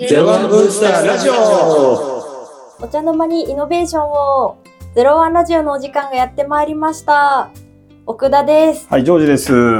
01ブースターラジオ。 お茶の間にイノベーションを。01ラジオのお時間がやってまいりました。奥田です。 はい、ジョージです。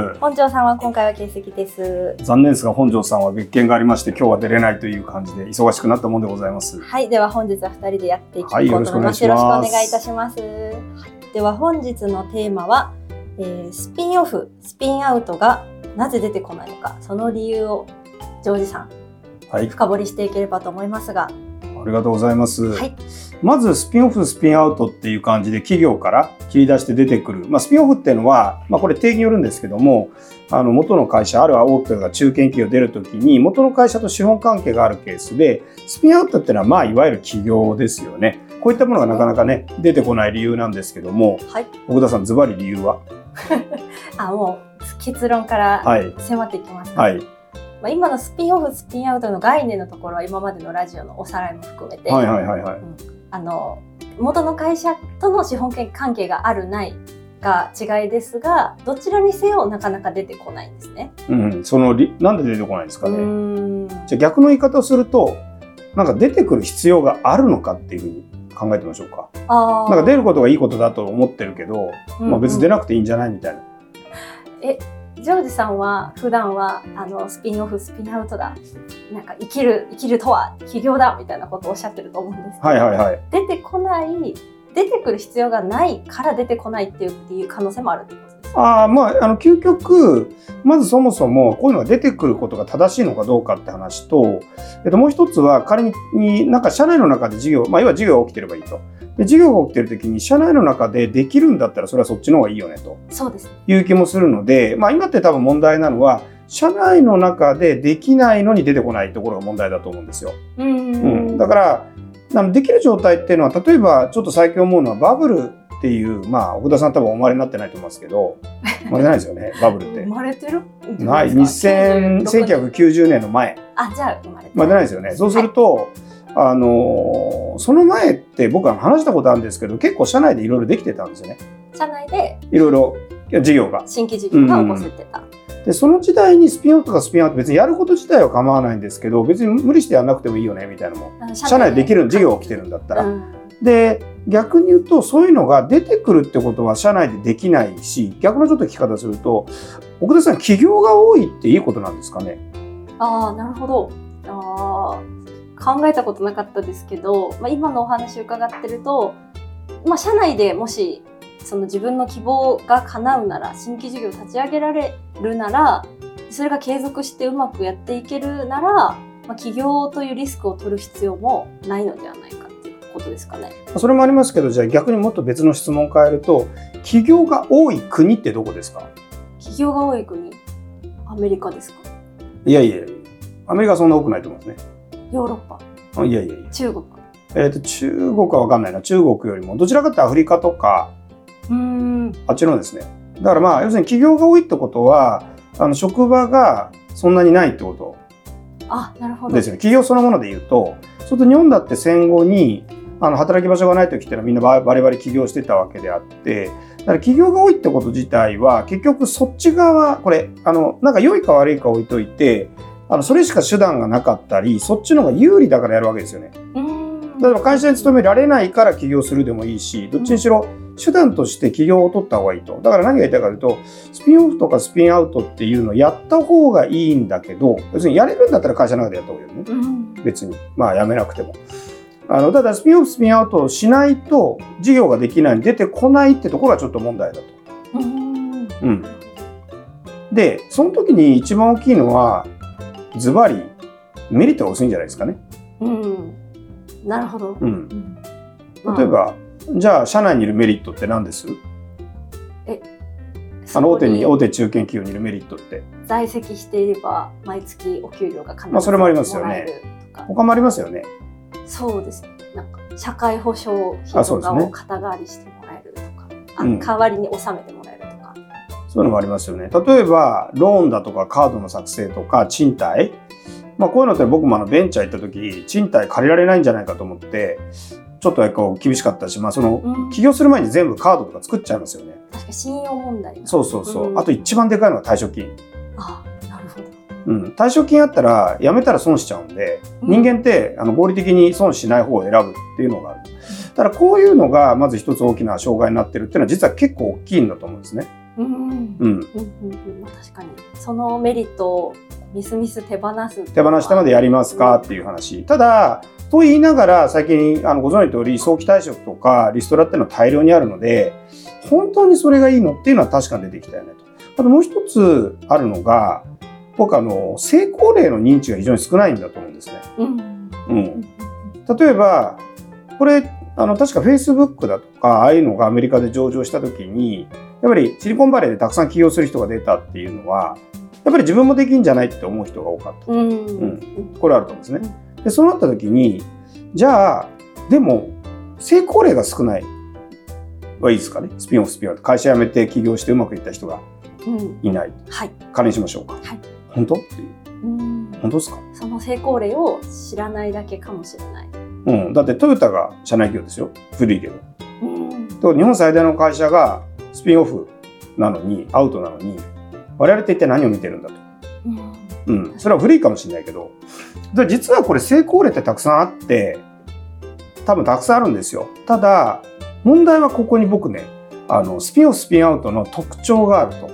本庄さんは今回は欠席です。 残念ですが、本庄さんは別件がありまして、今日は出れないという感じで忙しくなったもんでございます。 はい、では本日は2人でやっていきたいと思います。よろしくお願いいたします。では本日のテーマは、スピンオフ、スピンアウトがなぜ出てこないのか、その理由をジョージさん、深掘りしていければと思いますが。 ありがとうございます。 はい、 まずスピンオフ、スピンアウトっていう感じで企業から切り出して出てくる。スピンオフっていうのは、これ定義によるんですけども、元の会社、あるいは大手が中堅企業出るときに、元の会社と資本関係があるケースで、スピンアウトっていうのは、いわゆる企業ですよね。こういったものがなかなかね、出てこない理由なんですけども、 はい、 奥田さん、ズバリ理由はもう結論から迫っていきますか。 はい今のスピンオフ、スピンアウトの概念のところは今までのラジオのおさらいも含めて、元の会社との資本関係があるないが違いですが、どちらにせよなかなか出てこないんですね。 なんで出てこないんですかね。じゃあ逆の言い方をすると、なんか出てくる必要があるのかっていうふうに考えてみましょうか。なんか出ることがいいことだと思ってるけど、別に出なくていいんじゃないみたいな。 ジョージさんは普段はスピンオフ、スピンアウトだ、なんか生きるとは起業だみたいなことをおっしゃってると思うんですけど、出てこない、出てくる必要がないから出てこないっていう可能性もあるってことですか？ 究極まずそもそもこういうのが出てくることが正しいのかどうかって話と、もう一つは仮になんか社内の中で要は事業が起きてればいいと。で事業が起きてる時に社内の中でできるんだったらそれはそっちの方がいいよねという気もするので、今って多分問題なのは社内の中でできないのに出てこないところが問題だと思うんですよ。だからできる状態っていうのは、例えばちょっと最近思うのはバブルっていう、奥田さん多分お生まれになってないと思いますけど、生まれてないですよねバブルって。 生まれてる？ ない、1990年の前。 じゃあ生まれてないですよね。そうすると、その前って僕は話したことあるんですけど、結構社内でいろいろできてたんですよね。 社内でいろいろ事業が、 新規事業が起こせてた。 でその時代にスピンオフとかスピンアウト、別にやること自体は構わないんですけど、別に無理してやらなくてもいいよねみたいなのも、社内でできる事業が起きてるんだったら。で逆に言うと、そういうのが出てくるってことは社内でできないし、逆のちょっと聞き方すると、奥田さん、起業が多いっていいことなんですかね？ なるほど。考えたことなかったですけど、今のお話を伺ってると、社内でもしその自分の希望が叶うなら、新規事業を立ち上げられるなら、それが継続してうまくやっていけるなら、起業というリスクを取る必要もないのではないかっていうことですかね。 それもありますけど、じゃあ逆にもっと別の質問を変えると、起業が多い国ってどこですか？ 起業が多い国、アメリカですか？ いや、アメリカはそんな多くないと思うんですね。 ヨーロッパ？中国？ 中国は分かんないな。中国よりもどちらかというとアフリカとか、あっちのですね。だから要するに起業が多いってことは、職場がそんなにないってことなるほどですよね。起業そのもので言うと、ちょっと日本だって戦後に働き場所がない時っていうのはみんなバリバリ起業してたわけであって、だから起業が多いってこと自体は結局そっち側、これなんか良いか悪いか置いといて、それしか手段がなかったり、そっちの方が有利だからやるわけですよね。例えば会社に勤められないから起業するでもいいし、どっちにしろ手段として起業を取った方がいいと。だから何が言いたいかというと、スピンオフとかスピンアウトっていうのをやった方がいいんだけど、要するにやれるんだったら会社の中でやった方がいいよね。別にやめなくても。ただスピンオフ、スピンアウトをしないと事業ができない、出てこないってところがちょっと問題だと。でその時に一番大きいのは、ズバリメリットが薄いんじゃないですかね。 なるほど。 例えば、じゃあ社内にいるメリットって何です？大手中堅企業にいるメリットって。 在籍していれば毎月お給料が必ずそれもありますよね。他もありますよね。 そうですね。なんか社会保障費とかを肩代わりしてもらえるとか、代わりに納めてもらえるとか。 そういうのもありますよね。例えばローンだとかカードの作成とか賃貸、こういうのって僕もベンチャー行った時、賃貸借りられないんじゃないかと思ってちょっと厳しかったし、起業する前に全部カードとか作っちゃいますよね。 確か信用問題。 そう。あと一番でかいのが退職金。 なるほど。 退職金あったら辞めたら損しちゃうんで、人間って合理的に損しない方を選ぶっていうのがある。だからこういうのがまず一つ大きな障害になってるっていうのは実は結構大きいんだと思うんですね。確かにそのメリットをみすみす手放してまでやりますかっていう話。ただと言いながら最近ご存知の通り早期退職とかリストラっていうのは大量にあるので、本当にそれがいいのっていうのは確かに出てきたよねと。あともう一つあるのが、僕成功例の認知が非常に少ないんだと思うんですね。例えばこれ確か Facebook だとかああいうのがアメリカで上場した時にやっぱりシリコンバレーでたくさん起業する人が出たっていうのはやっぱり自分もできんじゃないって思う人が多かった。これあると思うんですね。でそうなった時にじゃあでも成功例が少ないはいいですかね。スピンオフ会社辞めて起業してうまくいった人がいない、仮にしましょうか、本当っていう本当ですか。 その成功例を知らないだけかもしれない。 だってトヨタが社内企業ですよ。古いけど、日本最大の会社がスピンオフなのにアウトなのに我々って一体何を見てるんだと、それは古いかもしれないけど、実はこれ成功例ってたくさんあって多分たくさんあるんですよ。ただ問題はここに僕ねスピンオフスピンアウトの特徴があると。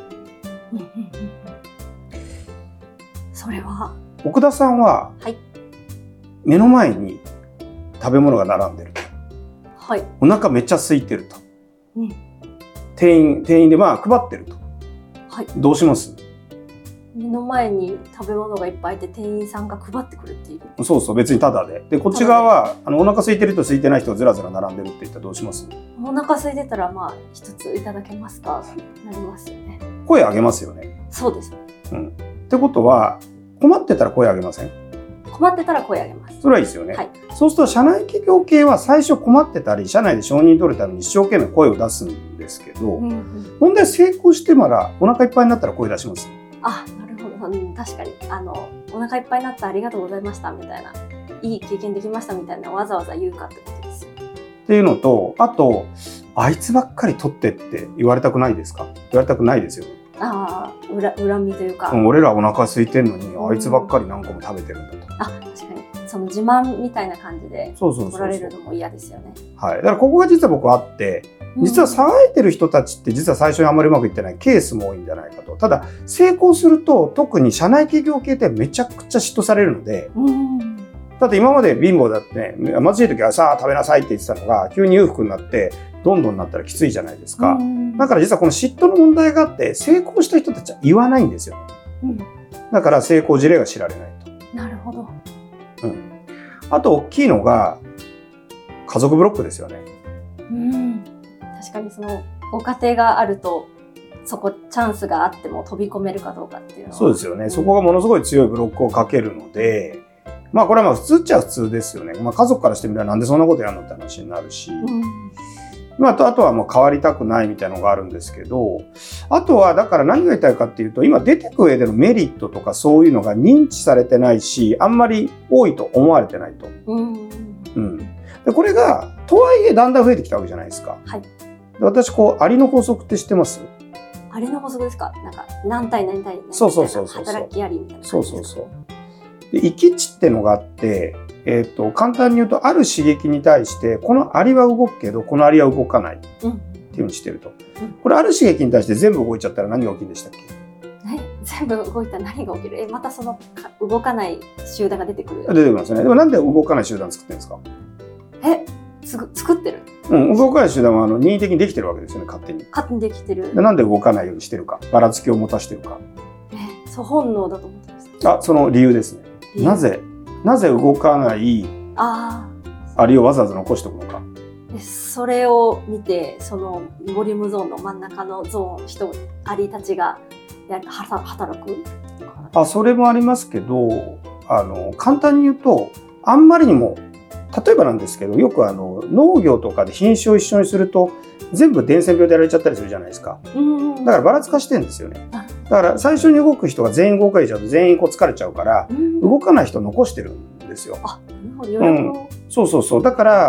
それは奥田さんは目の前に食べ物が並んでると、お腹めっちゃ空いてると、店員で配ってると、どうします？ 目の前に食べ物がいっぱいいて店員さんが配ってくれている。 そう別にタダで。こっち側はお腹空いてると空いてない人がずらずら並んでるって言ったらどうします？ お腹空いてたら一ついただけますかなりますよね。 声上げますよね。 そうです。 ってことは困ってたら声上げません？ 困ってたら声上げます。 それはいいですよね。そうすると社内企業系は最初困ってたり社内で承認取るために一生懸命声を出すんですけど、問題成功してまだお腹いっぱいになったら声出します？ なるほど。確かにお腹いっぱいになったありがとうございましたみたいな、いい経験できましたみたいなわざわざ言うかってことですよ。 っていうのと、あとあいつばっかり取ってって言われたくないですか？言われたくないですよね。 恨みというか、 俺らお腹空いてんのにあいつばっかり何個も食べてるんだと。 確かにその自慢みたいな感じで取られるのも嫌ですよね。 だからここが実は僕あって、実は騒いでる人たちって実は最初にあんまりうまくいってないケースも多いんじゃないかと。ただ成功すると特に社内企業系ってめちゃくちゃ嫉妬されるので、だって今まで貧乏だってね、貧しい時はさあ食べなさいって言ってたのが急に裕福になってどんどんなったらきついじゃないですか。だから実はこの嫉妬の問題があって成功した人たちは言わないんですよね。だから成功事例が知られないと。 なるほど。 あと大きいのが家族ブロックですよね。 確かにそのご家庭があるとそこチャンスがあっても飛び込めるかどうかっていうのは。 そうですよね。そこがものすごい強いブロックをかけるので、これは普通っちゃ普通ですよね。家族からしてみたらなんでそんなことやるのって話になるし、あとはもう変わりたくないみたいなのがあるんですけど、あとはだから何が言いたいかっていうと、今出てく上でのメリットとかそういうのが認知されてないし、あんまり多いと思われてないと。でこれがとはいえだんだん増えてきたわけじゃないですか。で私アリの法則って知ってます？ アリの法則ですか？何対何対何働きアリみたいな感じですか？ で閾値ってのがあって、簡単に言うとある刺激に対してこのアリは動くけどこのアリは動かないっていうふうにしてると。これある刺激に対して全部動いちゃったら何が起きるんでしたっけ？ 全部動いたら何が起きる？またその動かない集団が出てくる？ 出てきますね。でもなんで動かない集団作ってるんですか？ 作ってる？ 動かない集団は任意的にできてるわけですよね。勝手にできてる。でなんで動かないようにしてるか、ばらつきを持たしてるか。 本能だと思ってました。 その理由ですね。なぜ動かないアリをわざわざ残しておくのか。 それを見てそのボリュームゾーンの真ん中のゾーンアリたちが働く？ それもありますけど、簡単に言うとあんまりにも例えばなんですけど、よく農業とかで品種を一緒にすると全部伝染病でやられちゃったりするじゃないですか。だからばらつかしてるんですよね。だから最初に動く人が全員動かれちゃうと全員疲れちゃうから、動かない人残してるんですよ。そうだから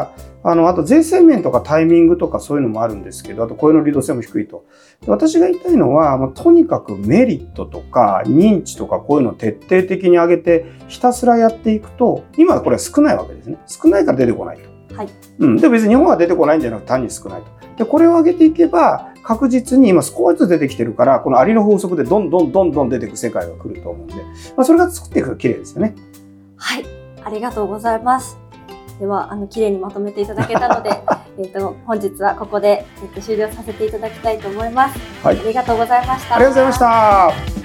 あと税制面とかタイミングとかそういうのもあるんですけど、あと声の流動性も低いと。で、私が言いたいのは、とにかくメリットとか認知とかこういうのを徹底的に上げてひたすらやっていくと、今これは少ないわけですね。少ないから出てこないと。 はい。 で、別に日本は出てこないんじゃなくて単に少ないと。で、これを上げていけば確実に今少しずつ出てきてるから、このアリの法則でどんどん出てく世界が来ると思うんで、それが作っていくと綺麗ですよね。 はい。ありがとうございます。では、綺麗にまとめていただけたので、本日はここで、終了させていただきたいと思います。 はい。 ありがとうございました。 ありがとうございました。